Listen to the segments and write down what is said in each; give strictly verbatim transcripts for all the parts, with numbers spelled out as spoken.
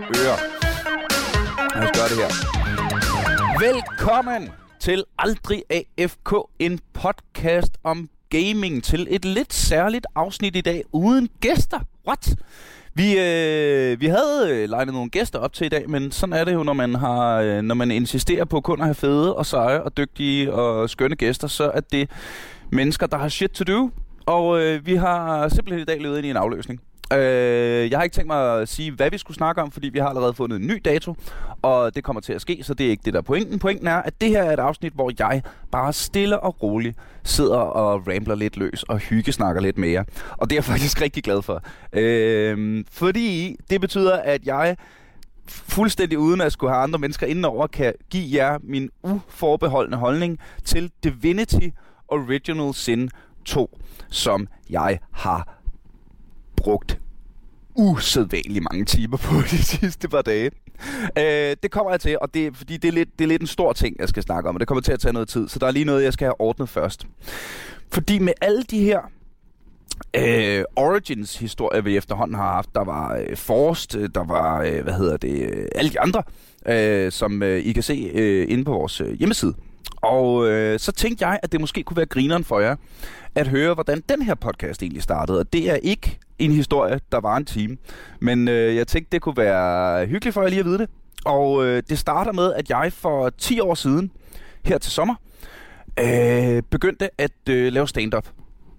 ører. Lad os gøre det her. Velkommen til Aldrig A F K, en podcast om gaming, til et lidt særligt afsnit i dag uden gæster. What? Vi, øh, vi havde legnet nogle gæster op til i dag, men sådan er det jo, når man, har, øh, når man insisterer på kun at have fede og seje og dygtige og skønne gæster, så er det mennesker, der har shit to do. Og øh, vi har simpelthen i dag løbet ind i en afløsning. Øh, jeg har ikke tænkt mig at sige, hvad vi skulle snakke om, fordi vi har allerede fundet en ny dato, og det kommer til at ske, så det er ikke det, der er pointen. Pointen er, at det her er et afsnit, hvor jeg bare stille og roligt sidder og rambler lidt løs og hyggesnakker lidt mere. Og det er jeg faktisk rigtig glad for. Øh, fordi det betyder, at jeg fuldstændig uden at skulle have andre mennesker indenover, kan give jer min uforbeholdne holdning til Divinity Original Sin to, som jeg har brugt usædvanligt mange timer på de sidste par dage. Øh, det kommer jeg til, og det, fordi det er, lidt, det er lidt en stor ting, jeg skal snakke om, og det kommer til at tage noget tid, så der er lige noget, jeg skal have ordnet først. Fordi med alle de her øh, Origins-historier, vi efterhånden har haft, der var øh, Forced, der var, øh, hvad hedder det, øh, alle de andre, øh, som øh, I kan se øh, inde på vores øh, hjemmeside. Og øh, så tænkte jeg, at det måske kunne være grineren for jer, at høre, hvordan den her podcast egentlig startede. Og det er ikke en historie, der var en time. Men øh, jeg tænkte, det kunne være hyggeligt for jer lige at vide det. Og øh, det starter med, at jeg for ti år siden, her til sommer, øh, begyndte at øh, lave stand-up.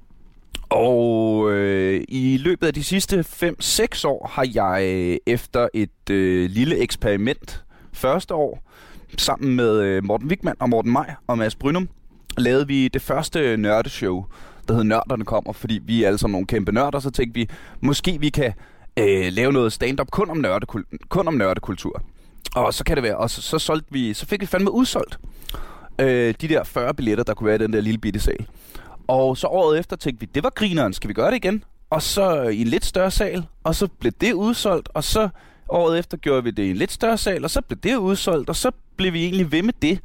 Og øh, i løbet af de sidste fem seks år har jeg efter et øh, lille eksperiment første år, sammen med øh, Morten Wigman og Morten Meier og Mads Brynum, lavede vi det første nørdeshow, der hed Nørderne Kommer, fordi vi er alle sammen nogle kæmpe nørder, så tænkte vi, måske vi kan øh, lave noget stand-up kun om, nørdekul- kun om nørdekultur. Og så kan det være, og så, så, solgte vi, så fik vi fandme udsolgt øh, de der fyrre billetter, der kunne være i den der lille bitte sal. Og så året efter tænkte vi, det var grineren, skal vi gøre det igen? Og så i en lidt større sal, og så blev det udsolgt, og så året efter gjorde vi det i en lidt større sal, og så blev det udsolgt, og så blev vi egentlig ved med det.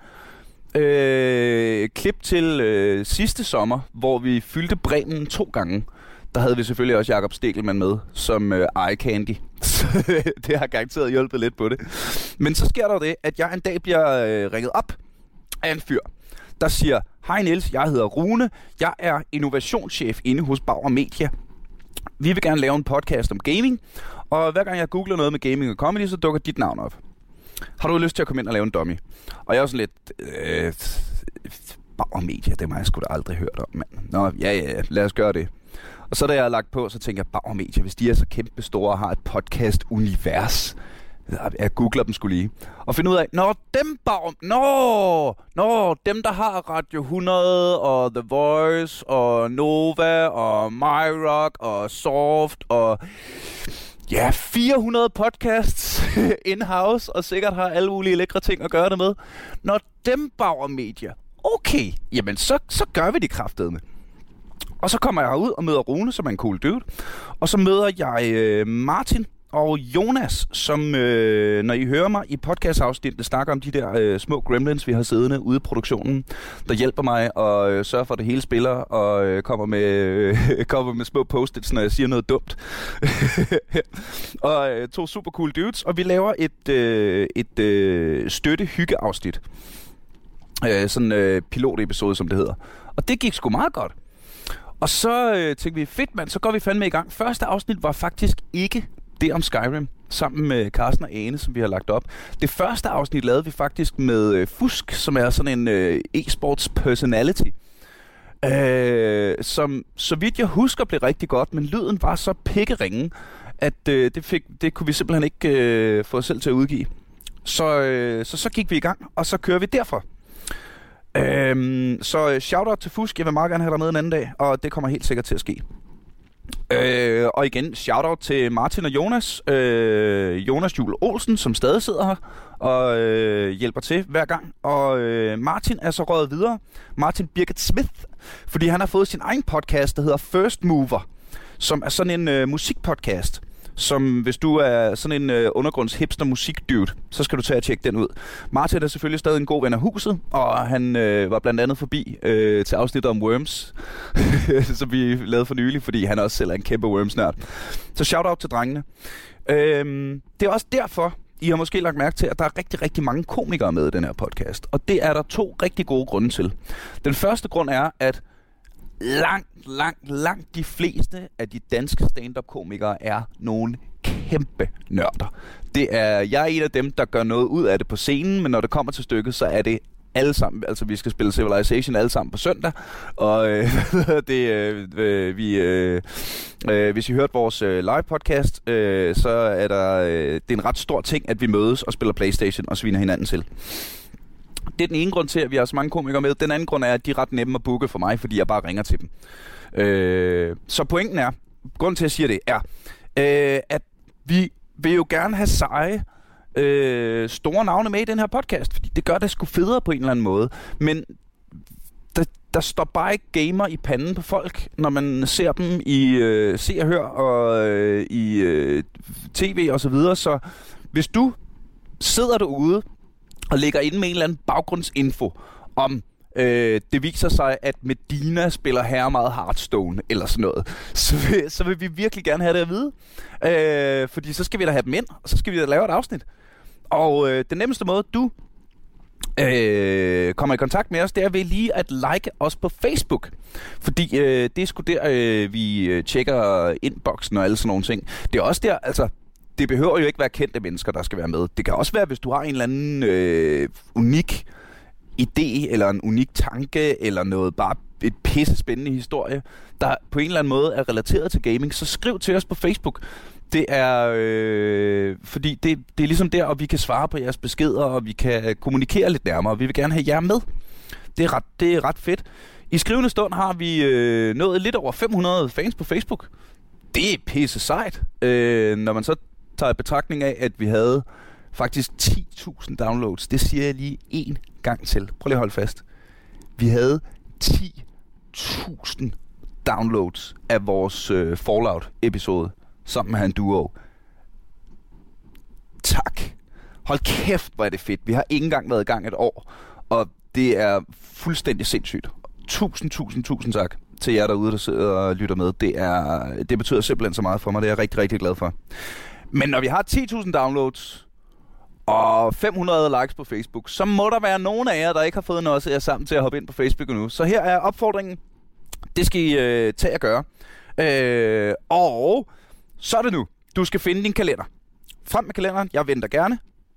Øh, klip til øh, sidste sommer, hvor vi fyldte Bremen to gange. Der havde vi selvfølgelig også Jakob Stegelmann med som øh, eye candy. Det har garanteret hjulpet lidt på det. Men så sker der det, at jeg en dag bliver øh, ringet op af en fyr, der siger: hej Niels, jeg hedder Rune. Jeg er innovationschef inde hos Bauer Media. Vi vil gerne lave en podcast om gaming. Og hver gang jeg googler noget med gaming og comedy, så dukker dit navn op. Har du lyst til at komme ind og lave en dummy? Og jeg er sådan lidt... Øh, Bauer Media, det har jeg sgu da aldrig hørt om, mand. Nå, ja, ja, ja, lad os gøre det. Og så da jeg har lagt på, så tænker jeg, Bauer Media, hvis de er så kæmpe store og har et podcast-univers, jeg googler dem sgu lige. Og finder ud af, nå, dem Bauer... Nå, nå, dem der har Radio hundrede og The Voice og Nova og MyRock og Soft og... ja, fire hundrede podcasts in-house, og sikkert har alle mulige lækre ting at gøre det med. Når dem Bauer Media, okay, jamen så, så gør vi det kraftedeme. Og så kommer jeg ud og møder Rune, som er en cool dude. Og så møder jeg øh, Martin og Jonas, som, øh, når I hører mig i podcastafsnittet, snakker om de der øh, små gremlins, vi har siddende ude i produktionen, der hjælper mig og øh, sørger for, at det hele spiller, og øh, kommer, med, øh, kommer med små post-its, når jeg siger noget dumt. og øh, to super cool dudes, og vi laver et, øh, et øh, støtte-hygge-afsnit. Øh, sådan en øh, pilotepisode, som det hedder. Og det gik sgu meget godt. Og så øh, tænkte vi, fedt mand, så går vi fandme i gang. Første afsnit var faktisk ikke det om Skyrim, sammen med Carsten og Ane, som vi har lagt op. Det første afsnit lavede vi faktisk med øh, Fusk, som er sådan en øh, e-sports personality. Øh, som, så vidt jeg husker, blev rigtig godt, men lyden var så pikkeringe, at øh, det, fik, det kunne vi simpelthen ikke øh, få os selv til at udgive. Så, øh, så så gik vi i gang, og så kører vi derfra. Øhm, så shout-out til Fusk, jeg vil meget gerne have dig med en anden dag, og det kommer helt sikkert til at ske. Øh, og igen, shout-out til Martin og Jonas. Øh, Jonas Juhl Olsen, som stadig sidder her og øh, hjælper til hver gang. Og øh, Martin er så røget videre. Martin Birgit Smith, fordi han har fået sin egen podcast, der hedder First Mover, som er sådan en øh, musikpodcast, som hvis du er sådan en øh, undergrunds hipster musikdude, så skal du tage og tjekke den ud. Martin er selvfølgelig stadig en god ven af huset, og han øh, var blandt andet forbi øh, til afsnittet om Worms, som vi lavede for nylig, fordi han også selv er en kæmpe Worms-nørd. Så shout-out til drengene. Øhm, det er også derfor, I har måske lagt mærke til, at der er rigtig, rigtig mange komikere med i den her podcast. Og det er der to rigtig gode grunde til. Den første grund er, at langt, langt, langt de fleste af de danske stand-up-komikere er nogle kæmpe nørder. Det er, jeg er en af dem, der gør noget ud af det på scenen, men når det kommer til stykket, så er det alle sammen, altså vi skal spille Civilization alle sammen på søndag, og øh, det, øh, vi, øh, øh, hvis I hørte vores øh, live podcast, øh, så er der, øh, det er en ret stor ting, at vi mødes og spiller PlayStation og sviner hinanden til. Det er den ene grund til, at vi har så mange komikere med. Den anden grund er, at de er ret nemme at booke for mig, fordi jeg bare ringer til dem. Øh, så pointen er, grunden til, at jeg siger det, er, øh, at vi vil jo gerne have seje, øh, store navne med i den her podcast, fordi det gør det sgu federe på en eller anden måde. Men der, der står bare ikke gamer i panden på folk, når man ser dem i øh, Se og Hør og øh, i øh, tv og så videre. Så hvis du sidder derude og ligger inde med en eller anden baggrundsinfo om, øh, det viser sig, at Medina spiller her meget Hearthstone, eller sådan noget, så vil, så vil vi virkelig gerne have det at vide. Øh, fordi så skal vi da have dem ind, og så skal vi da lave et afsnit. Og øh, den nemmeste måde, du øh, kommer i kontakt med os, det er ved lige at like os på Facebook. Fordi øh, det er sgu der, øh, vi tjekker inboxen og alle sådan nogle ting. Det er også der, altså, det behøver jo ikke være kendte mennesker, der skal være med. Det kan også være, hvis du har en eller anden øh, unik idé, eller en unik tanke, eller noget bare et pisse spændende historie, der på en eller anden måde er relateret til gaming, så skriv til os på Facebook. Det er, øh, fordi det, det er ligesom der, og vi kan svare på jeres beskeder, og vi kan kommunikere lidt nærmere, og vi vil gerne have jer med. Det er ret, det er ret fedt. I skrivende stund har vi øh, nået lidt over fem hundrede fans på Facebook. Det er pisse sejt, øh, når man så tager i betragtning af, at vi havde faktisk ti tusind downloads. Det siger jeg lige en gang til. Prøv lige at holde fast. Vi havde ti tusind downloads af vores øh, Fallout-episode sammen med en duo. Tak. Hold kæft, hvor er det fedt. Vi har ikke engang været i gang et år, og det er fuldstændig sindssygt. Tusind, tusind, tusind tak til jer derude, der sidder og lytter med. Det, er, det betyder simpelthen så meget for mig. Det er jeg rigtig, rigtig glad for. Men når vi har ti tusind downloads og fem hundrede likes på Facebook, så må der være nogen af jer, der ikke har fået noget jer sammen til at hoppe ind på Facebook endnu. Så her er opfordringen. Det skal I øh, tage at gøre. Øh, og så er det nu. Du skal finde din kalender. Frem med kalenderen. Jeg venter gerne.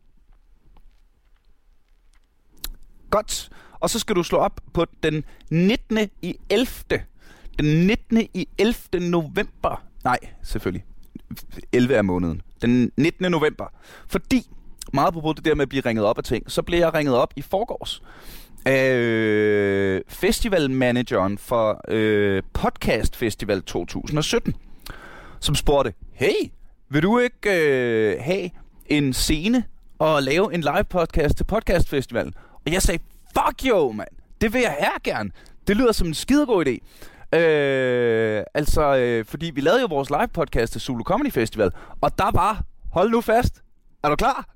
Godt. Og så skal du slå op på den nittende i ellevte Den nittende i ellevte november. Nej, selvfølgelig. elleve er måneden. Den nittende november. Fordi, meget på det der med at blive ringet op af ting, så blev jeg ringet op i forgårs af øh, festivalmanageren for øh, Podcast Festival to tusind og sytten, som spurgte, hey, vil du ikke øh, have en scene og lave en live podcast til Podcast Festivalen? Og jeg sagde, fuck jo, mand. Det vil jeg her gerne. Det lyder som en skidegod idé. Øh, altså, øh, fordi vi lavede jo vores live podcast til Zulu Comedy Festival, og der var, hold nu fast, er du klar?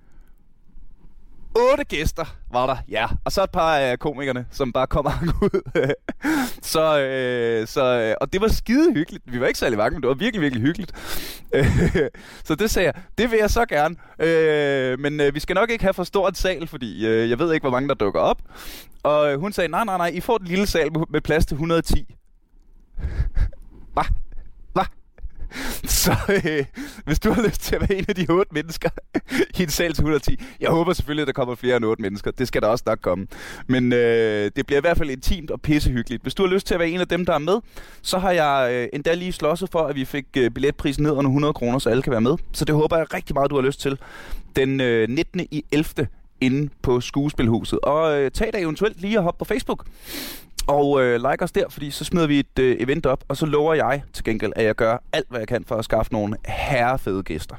Otte gæster var der, ja. Og så et par af komikerne, som bare kom og hang ud. så, øh, så, og det var skide hyggeligt. Vi var ikke særlig mange, men det var virkelig, virkelig hyggeligt. så det sagde jeg, det vil jeg så gerne. Øh, men øh, vi skal nok ikke have for stort sal, fordi øh, jeg ved ikke, hvor mange der dukker op. Og hun sagde, nej, nej, nej, I får et lille sal med plads til et hundrede og ti. Hvad? Hvad? Så øh, hvis du har lyst til at være en af de otte mennesker i en sal til et hundrede og ti, jeg håber selvfølgelig, at der kommer flere end otte mennesker. Det skal der også nok komme. Men øh, det bliver i hvert fald intimt og pissehyggeligt. Hvis du har lyst til at være en af dem, der er med, så har jeg øh, endda lige slåsset for, at vi fik øh, billetprisen ned under hundrede kroner, så alle kan være med. Så det håber jeg rigtig meget, du har lyst til. Den øh, nittende i ellevte inde på Skuespilhuset. Og øh, tag da eventuelt lige og hop på Facebook. Og øh, like os der, fordi så smider vi et øh, event op, og så lover jeg til gengæld, at jeg gør alt, hvad jeg kan for at skaffe nogle herrefede gæster.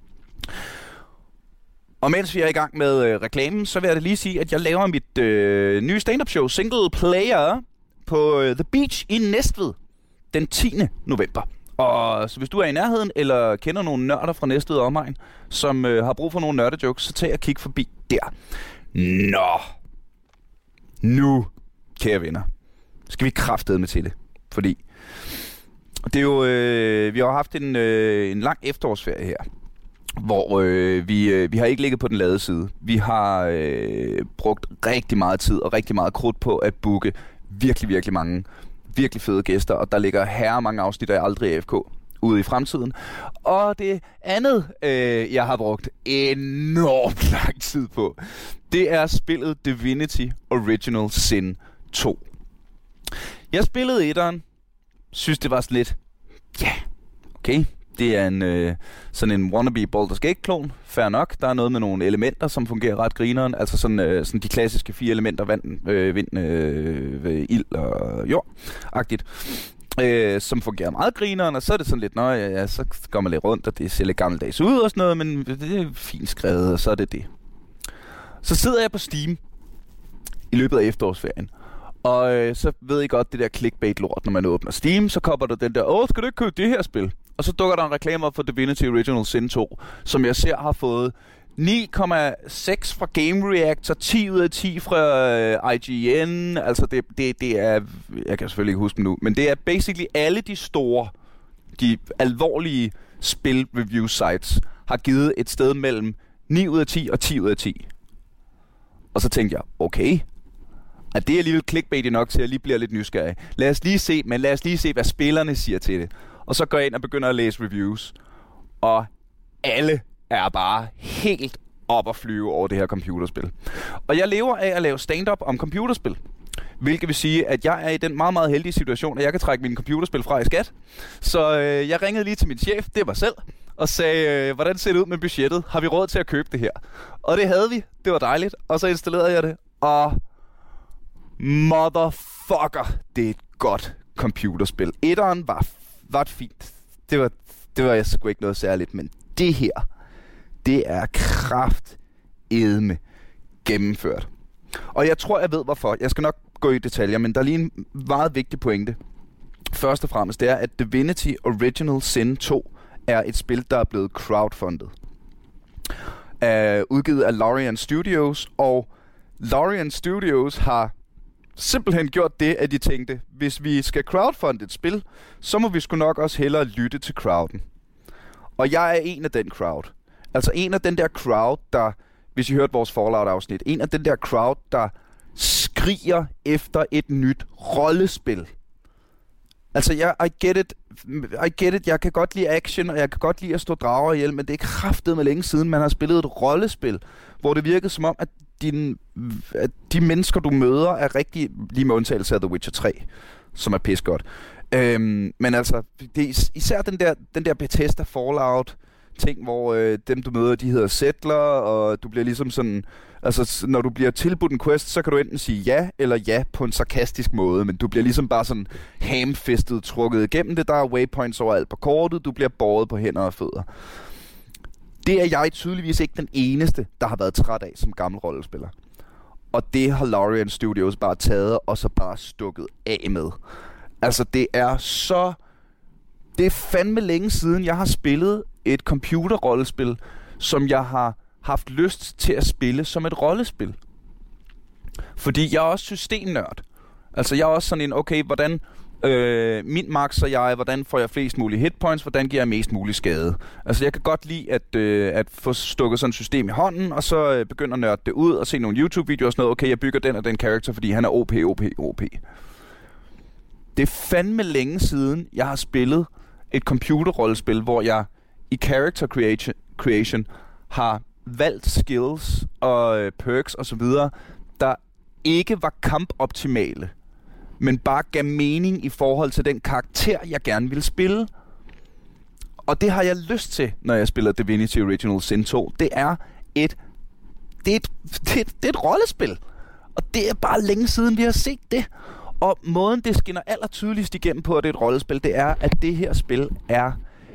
Og mens vi er i gang med øh, reklamen, så vil jeg da lige sige, at jeg laver mit øh, nye stand-up show, Single Player, på øh, The Beach i Næstved den tiende november. Og så hvis du er i nærheden, eller kender nogle nørder fra Næstved og omegn, som øh, har brug for nogle nørdejokes, så tag og kig forbi der. Nå. Nu, kære venner, skal vi kraftedeme med til det. Fordi det er jo, øh, vi har haft en, øh, en lang efterårsferie her, hvor øh, vi, øh, vi har ikke ligget på den lade side. Vi har øh, brugt rigtig meget tid og rigtig meget krudt på at booke virkelig, virkelig mange virkelig fede gæster, og der ligger herre mange afsnit af Aldrig A F K ude i fremtiden. Og det andet, øh, jeg har brugt enormt lang tid på, det er spillet Divinity Original Sin to. Jeg spillede etteren, synes det var sådan lidt, ja, yeah, okay, det er en øh, sådan en wannabe Baldur's Gate-klon, fair nok. Der er noget med nogle elementer, som fungerer ret grineren, altså sådan, øh, sådan de klassiske fire elementer, vand, øh, vind, øh, ild og jord-agtigt, øh, som fungerer meget grineren, og så er det sådan lidt, nå ja, ja, så går man lidt rundt, og det ser lidt gammeldags ud og sådan noget, men det er fint skrevet, og så er det det. Så sidder jeg på Steam i løbet af efterårsferien, og øh, så ved I godt det der clickbait-lort, når man åbner Steam, så kommer der den der, åh, skal du ikke købe det her spil? Og så dukker der en reklame op for Divinity Original Sin to, som jeg ser har fået ni komma seks fra Game Reactor, ti ud af ti fra øh, I G N, altså det, det, det er, jeg kan selvfølgelig ikke huske dem nu, men det er basically alle de store, de alvorlige spil-review sites, har givet et sted mellem ni ud af ti og ti ud af ti. Og så tænkte jeg, okay, er det alligevel clickbait nok til, at jeg lige bliver lidt nysgerrig. Lad os lige se, men lad os lige se, hvad spillerne siger til det. Og så går jeg ind og begynder at læse reviews. Og alle er bare helt op at flyve over det her computerspil. Og jeg lever af at lave stand-up om computerspil. Hvilket vil sige, at jeg er i den meget, meget heldige situation, at jeg kan trække mine computerspil fra i skat. Så øh, jeg ringede lige til min chef, det var selv, og sagde, øh, hvordan ser det ud med budgettet? Har vi råd til at købe det her? Og det havde vi. Det var dejligt. Og så installerede jeg det. Og motherfucker, det er et godt computerspil. Etteren var, var fint. Det var, det var sgu ikke noget særligt, men det her, det er kraftedme gennemført. Og jeg tror, jeg ved hvorfor. Jeg skal nok gå i detaljer, men der er lige en meget vigtig pointe. Først og fremmest, det er, at Divinity Original Sin to er et spil, der er blevet crowdfundet. Uh, udgivet af Larian Studios, og Larian Studios har simpelthen gjort det, at de tænkte, hvis vi skal crowdfunde et spil, så må vi sgu nok også hellere lytte til crowden. Og jeg er en af den crowd. Altså en af den der crowd, der, hvis I hørte vores Fallout-afsnit, en af den der crowd, der skriger efter et nyt rollespil. Altså, jeg, I get it, I get it, jeg kan godt lide action, og jeg kan godt lide at stå drager ihjel, men det er kraftedeme længe siden, man har spillet et rollespil, hvor det virkede som om, at, din, at de mennesker, du møder, er rigtig, lige med undtagelse af The Witcher tre, som er pis godt. Øhm, men altså, det er især den der, den der Bethesda Fallout ting, hvor øh, dem du møder, de hedder settler, og du bliver ligesom sådan, altså når du bliver tilbudt en quest, så kan du enten sige ja eller ja på en sarkastisk måde, men du bliver ligesom bare sådan hamfistet trukket igennem det, der er waypoints overalt på kortet, du bliver båret på hænder og fødder. Det er jeg tydeligvis ikke den eneste, der har været træt af som gammel rollespiller. Og det har Larian Studios bare taget og så bare stukket af med. Altså det er så... Det er fandme længe siden, jeg har spillet et computerrollespil, som jeg har haft lyst til at spille som et rollespil. Fordi jeg er også systemnørd. Altså jeg er også sådan en, okay, hvordan øh, min max og jeg, hvordan får jeg flest mulige hitpoints, hvordan giver jeg mest mulig skade. Altså jeg kan godt lide at, øh, at få stukket sådan et system i hånden, og så øh, begynde at nørde det ud og se nogle YouTube-videoer og sådan noget. Okay, jeg bygger den og den karakter, fordi han er O P, O P, O P. Det er fandme længe siden, jeg har spillet et computerrollespil, hvor jeg i character creation, creation har valgt skills og øh, perks og så videre, der ikke var kampoptimale, men bare gav mening i forhold til den karakter, jeg gerne ville spille. Og det har jeg lyst til, når jeg spiller Divinity Original Sin to. Det er et, det er et, det er et, det er et rollespil. Og det er bare længe siden, vi har set det. Og måden, det skinner aller tydeligst igennem på, at det er et rollespil, det er, at det her spil er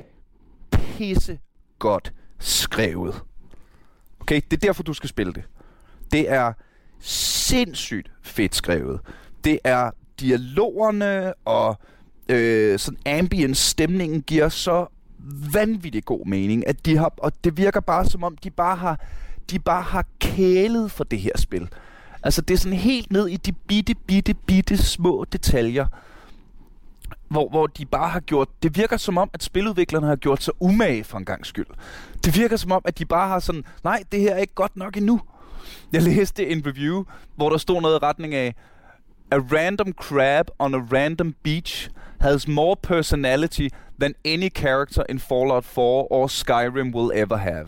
pisse godt skrevet. Okay, det er derfor, du skal spille det. Det er sindssygt fedt skrevet. Det er dialogerne og øh, sådan ambience-stemningen giver så vanvittig god mening, at de har, og det virker bare som om, de bare har, de bare har kælet for det her spil. Altså det er sådan helt ned i de bitte, bitte, bitte små detaljer, hvor, hvor de bare har gjort, det virker som om, at spiludviklerne har gjort sig umage for en gang skyld. Det virker som om, at de bare har sådan, nej, det her er ikke godt nok endnu. Jeg læste en review, hvor der stod noget i retning af, a random crab on a random beach has more personality than any character in Fallout four or Skyrim will ever have.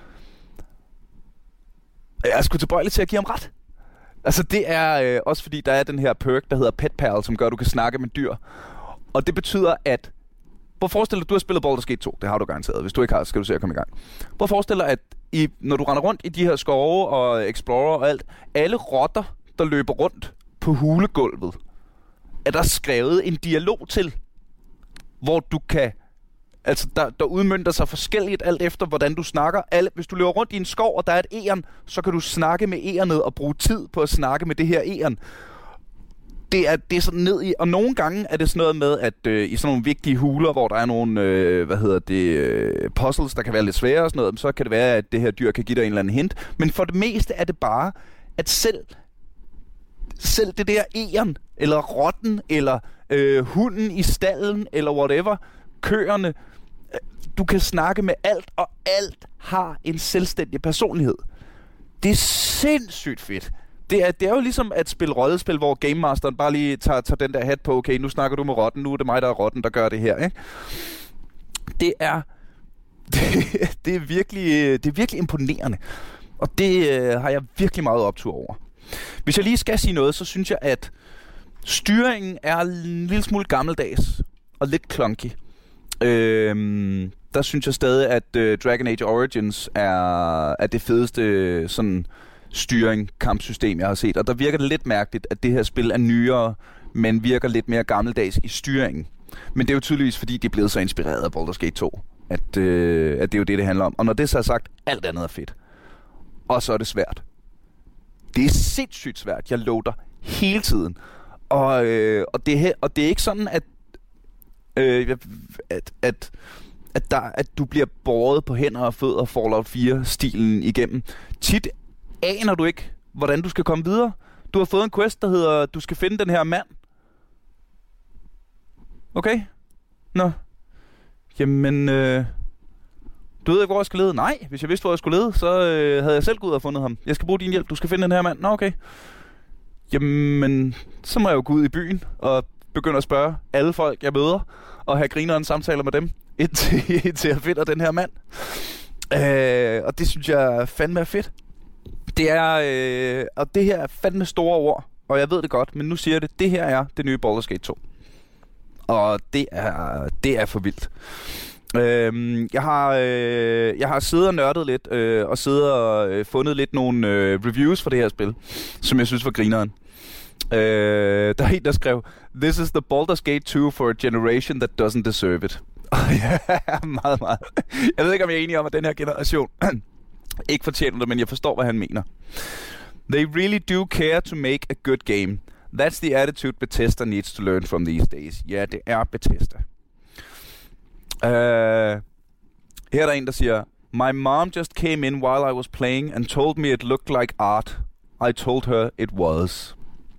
Jeg er sgu tilbøjelig til at give ham ret. Altså det er øh, også fordi, der er den her perk, der hedder Pet Pal, som gør, at du kan snakke med dyr. Og det betyder, at... Prøv at forestille dig, at du har spillet Baldur's Gate to. Det har du garanteret. Hvis du ikke har, skal du se at komme i gang. Prøv at forestille dig, at i, når du render rundt i de her skove og explorer og alt, alle rotter, der løber rundt på hulegulvet, er der skrevet en dialog til, hvor du kan... Altså, der, der udmønter sig forskelligt alt efter, hvordan du snakker. Alle, hvis du løber rundt i en skov, og der er et egern, så kan du snakke med egernet og bruge tid på at snakke med det her egern. Det er, det er sådan ned i... Og nogle gange er det sådan noget med, at øh, i sådan nogle vigtige huler, hvor der er nogle, øh, hvad hedder det, øh, puzzles, der kan være lidt svære og sådan noget, så kan det være, at det her dyr kan give dig en eller anden hint. Men for det meste er det bare, at selv, selv det der egern, eller rotten, eller øh, hunden i stallen, eller whatever, køerne, du kan snakke med alt, og alt har en selvstændig personlighed. Det er sindssygt fedt. Det er, det er jo ligesom at spille rollespil, hvor Game Masteren bare lige tager, tager den der hat på, okay, nu snakker du med rotten, nu er det mig, der er rotten, der gør det her, ikke? Det er, det, det er, virkelig, det er virkelig imponerende, og det øh, har jeg virkelig meget optur over. Hvis jeg lige skal sige noget, så synes jeg, at styringen er en lille smule gammeldags og lidt clunky. Øhm, der synes jeg stadig, at uh, Dragon Age Origins er, er det fedeste sådan styring, kampsystem, jeg har set. Og der virker det lidt mærkeligt, at det her spil er nyere, men virker lidt mere gammeldags i styringen. Men det er jo tydeligvis, fordi de er blevet så inspireret af Baldur's Gate to, at, øh, at det er jo det, det handler om. Og når det så er sagt, alt andet er fedt. Og så er det svært. Det er sindssygt svært. Jeg loader hele tiden. Og, øh, og, det, her, og det er ikke sådan, at Øh, at, at, at, der, at du bliver båret på hænder og fødder Fallout fire-stilen igennem. Tit aner du ikke, hvordan du skal komme videre. Du har fået en quest, der hedder, du skal finde den her mand. Okay? Nå. Jamen, øh, du ved ikke, hvor jeg skal lede? Nej, hvis jeg vidste, hvor jeg skulle lede, så øh, havde jeg selv gået ud og fundet ham. Jeg skal bruge din hjælp, du skal finde den her mand. Nå, okay. Jamen, så må jeg jo gå ud i byen og begynder at spørge alle folk, jeg møder, og have grineren samtaler med dem, indtil, indtil jeg finder den her mand. Øh, og det synes jeg fandme er fedt. Det er, øh, og det her er fandme store ord, og jeg ved det godt, men nu siger jeg det, det her er det nye Baldur's Gate to. Og det er, det er for vildt. Øh, jeg, har, øh, jeg har siddet og nørdet lidt, øh, og siddet og øh, fundet lidt nogle øh, reviews for det her spil, som jeg synes var grineren. Uh, der er en, der skrev, "This is the Baldur's Gate two for a generation that doesn't deserve it." Ja, meget, meget. Jeg ved ikke, om jeg er enig om, at den her generation ikke fortjener det, men jeg forstår, hvad han mener. "They really do care to make a good game. That's the attitude Bethesda needs to learn from these days." Ja, det er Bethesda. Uh, her er der en, der siger, "My mom just came in while I was playing and told me it looked like art. I told her it was."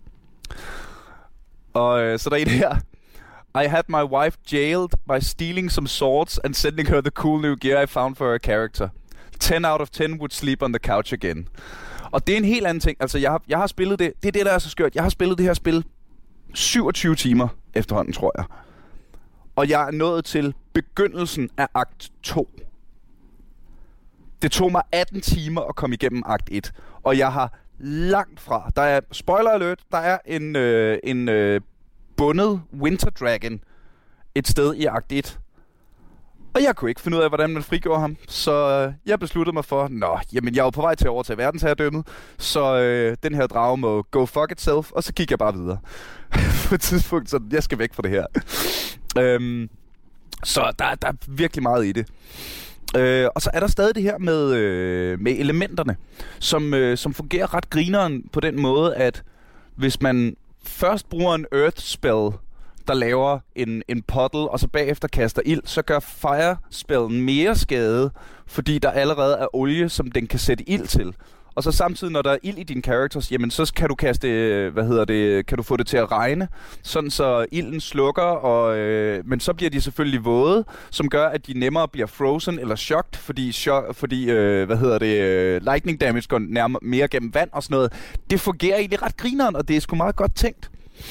Og øh, så der er en her. "I had my wife jailed by stealing some swords and sending her the cool new gear I found for her character. ten out of ten would sleep on the couch again." Og det er en helt anden ting. Altså, jeg har, jeg har spillet det. Det er det, der er så skørt. Jeg har spillet det her spil syvogtyve timer efterhånden, tror jeg. Og jeg er nået til begyndelsen af akt to. Det tog mig atten timer at komme igennem akt et. Og jeg har langt fra. Der er, spoiler alert, der er en, øh, en øh, bundet Winter Dragon et sted i akt et. Og jeg kunne ikke finde ud af, hvordan man frigjorde ham. Så øh, jeg besluttede mig for, nå, jamen jeg er jo på vej til at overtage verdensherredømmet. Så øh, den her drage må go fuck itself. Og så gik jeg bare videre. På et tidspunkt, så jeg skal væk fra det her. øhm, så der, der er virkelig meget i det. Øh, og så er der stadig det her med, øh, med elementerne, som, øh, som fungerer ret grineren på den måde, at hvis man først bruger en earth spell der laver en, en puddle, og så bagefter kaster ild, så gør firespellen mere skade, fordi der allerede er olie, som den kan sætte ild til. Og så samtidig, når der er ild i dine characters, jamen så kan du kaste, hvad hedder det, kan du få det til at regne, sådan så ilden slukker, og, øh, men så bliver de selvfølgelig våde, som gør, at de nemmere bliver frozen eller shocked, fordi, shock, fordi øh, hvad hedder det, øh, lightning damage går nærmere, mere gennem vand og sådan noget. Det fungerer egentlig ret grineren, og det er sgu meget godt tænkt.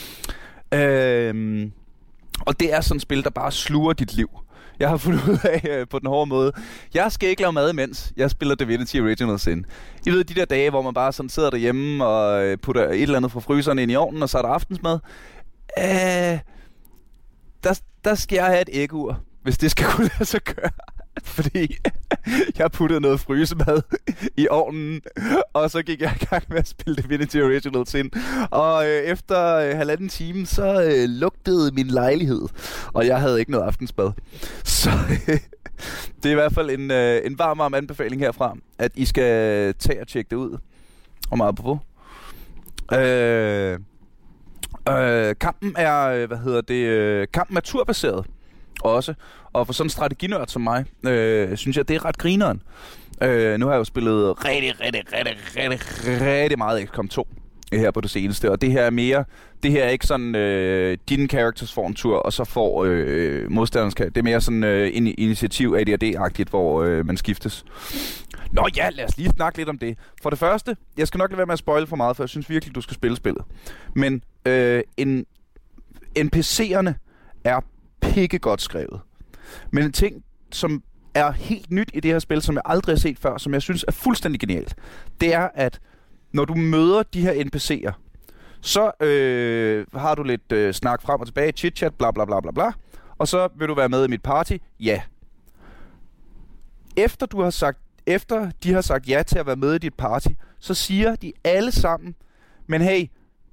Øh, og det er sådan et spil, der bare sluger dit liv. Jeg har fundet ud af øh, på den hårde måde. Jeg skal ikke lave mad imens jeg spiller Divinity Original Sin. I ved de der dage, hvor man bare sådan sidder derhjemme og putter et eller andet fra fryseren ind i ovnen, og så er der aftensmad. Øh, der, der skal jeg have et æggeur, hvis det skal kunne lade sig gøre. Fordi jeg puttede noget frysemad i ovnen, og så gik jeg i gang med at spille Divinity Original Sin. Og øh, efter øh, halvanden time, så øh, lugtede min lejlighed, og jeg havde ikke noget aftensmad. Så øh, det er i hvert fald en, øh, en varm, varm anbefaling herfra, at I skal tage og tjekke det ud. Og meget på. Øh, øh, kampen er, hvad hedder det, øh, kampen er turbaseret også. Og for sådan en strateginørd som mig, øh, synes jeg, det er ret grineren. Øh, nu har jeg jo spillet rigtig, rigtig, rigtig, rigtig, rigtig meget X COM to her på det seneste. Og det her er mere, det her er ikke sådan, øh, dine characters får en tur, og så får øh, modstanderens character. Det er mere sådan øh, in- initiativ A D og D-agtigt, hvor øh, man skiftes. Nå ja, lad os lige snakke lidt om det. For det første, jeg skal nok lade være med at spoile for meget, for jeg synes virkelig, du skal spille spillet. Men øh, en, N P C'erne er pikke godt skrevet. Men en ting, som er helt nyt i det her spil, som jeg aldrig har set før, som jeg synes er fuldstændig genialt, det er, at når du møder de her N P C'er, så øh, har du lidt øh, snak frem og tilbage, chit-chat, bla bla bla bla bla, og så vil du være med i mit party? Ja. Efter du har sagt, efter de har sagt ja til at være med i dit party, så siger de alle sammen, men hey,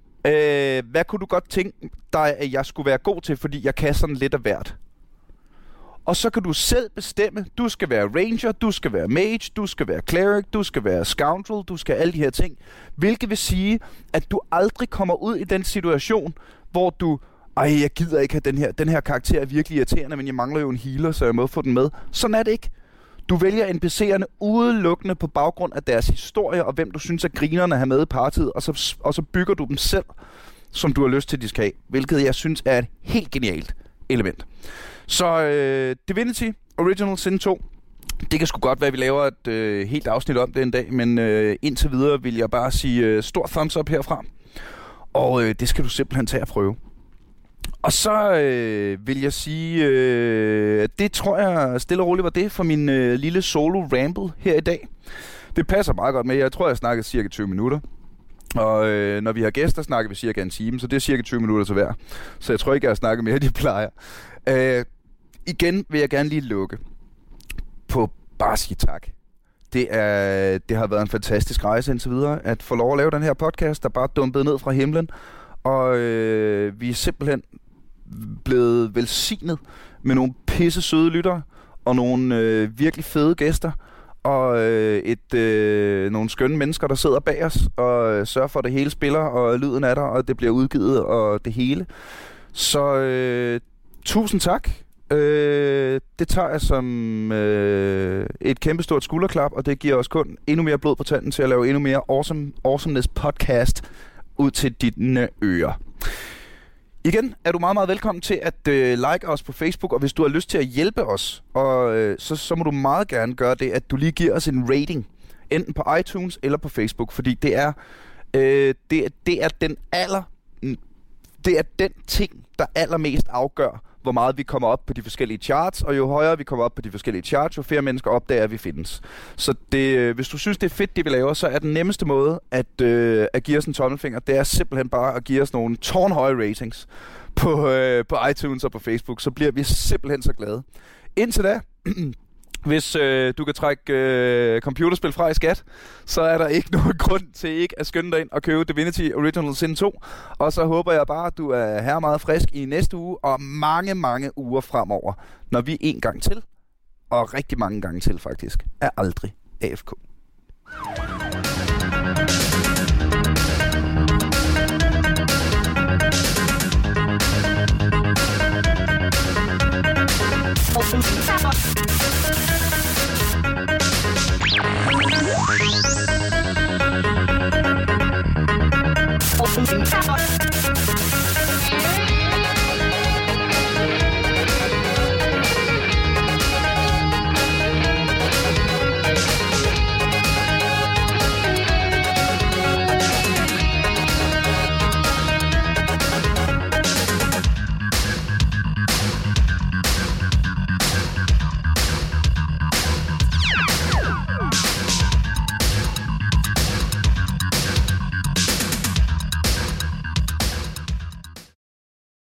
øh, hvad kunne du godt tænke dig, at jeg skulle være god til, fordi jeg kan sådan lidt af hvert. Og så kan du selv bestemme, du skal være ranger, du skal være mage, du skal være cleric, du skal være scoundrel, du skal alle de her ting. Hvilket vil sige, at du aldrig kommer ud i den situation, hvor du, ej, jeg gider ikke have den her, den her karakter er virkelig irriterende, men jeg mangler jo en healer, så jeg må få den med. Sådan er det ikke. Du vælger N P C'erne udelukkende på baggrund af deres historie, og hvem du synes er grinerne at have med i partiet, og så, og så bygger du dem selv, som du har lyst til, de skal have. Hvilket jeg synes er et helt genialt element. Så øh, Divinity Original Sin to, det kan sgu godt være, at vi laver et øh, helt afsnit om det en dag, men øh, indtil videre vil jeg bare sige øh, stor thumbs up herfra. Og øh, det skal du simpelthen tage at prøve. Og så øh, vil jeg sige, øh, det tror jeg stille og roligt var det for min øh, lille solo ramble her i dag. Det passer meget godt med. Jeg tror, jeg snakkede cirka tyve minutter. Og øh, når vi har gæster, snakker vi cirka en time, så det er cirka tyve minutter til hver. Så jeg tror ikke, jeg har snakket mere, end de plejer. Øh, igen vil jeg gerne lige lukke på bare sige tak. Det, er, det har været en fantastisk rejse indtil videre, at få lov at lave den her podcast, der bare dumpede ned fra himlen. Og øh, vi er simpelthen blevet velsignet med nogle pisse søde lyttere, og nogle øh, virkelig fede gæster, og øh, et, øh, nogle skønne mennesker, der sidder bag os, og øh, sørger for, at det hele spiller, og lyden er der, og det bliver udgivet, og det hele. Så øh, tusind tak. Øh, det tager jeg som øh, et kæmpestort skulderklap, og det giver os kun endnu mere blod på tanden til at lave endnu mere awesome, awesomeness podcast ud til dine ører. Igen er du meget, meget velkommen til at øh, like os på Facebook, og hvis du har lyst til at hjælpe os, og, øh, så, så må du meget gerne gøre det, at du lige giver os en rating, enten på iTunes eller på Facebook, fordi det er, øh, det, det er den aller, det er den ting, der allermest afgør, hvor meget vi kommer op på de forskellige charts, og jo højere vi kommer op på de forskellige charts, jo flere mennesker opdager, at vi findes. Så det, hvis du synes, det er fedt, det vi laver, så er den nemmeste måde at, øh, at give os en tommelfinger, det er simpelthen bare at give os nogle tårnhøje ratings på, øh, på iTunes og på Facebook. Så bliver vi simpelthen så glade. Indtil da, hvis øh, du kan trække øh, computerspil fra i skat, så er der ikke nogen grund til ikke at skynde dig ind og købe Divinity Original Sin to. Og så håber jeg bare, at du er her meget frisk i næste uge og mange, mange uger fremover, når vi en gang til, og rigtig mange gange til faktisk, er aldrig A F K.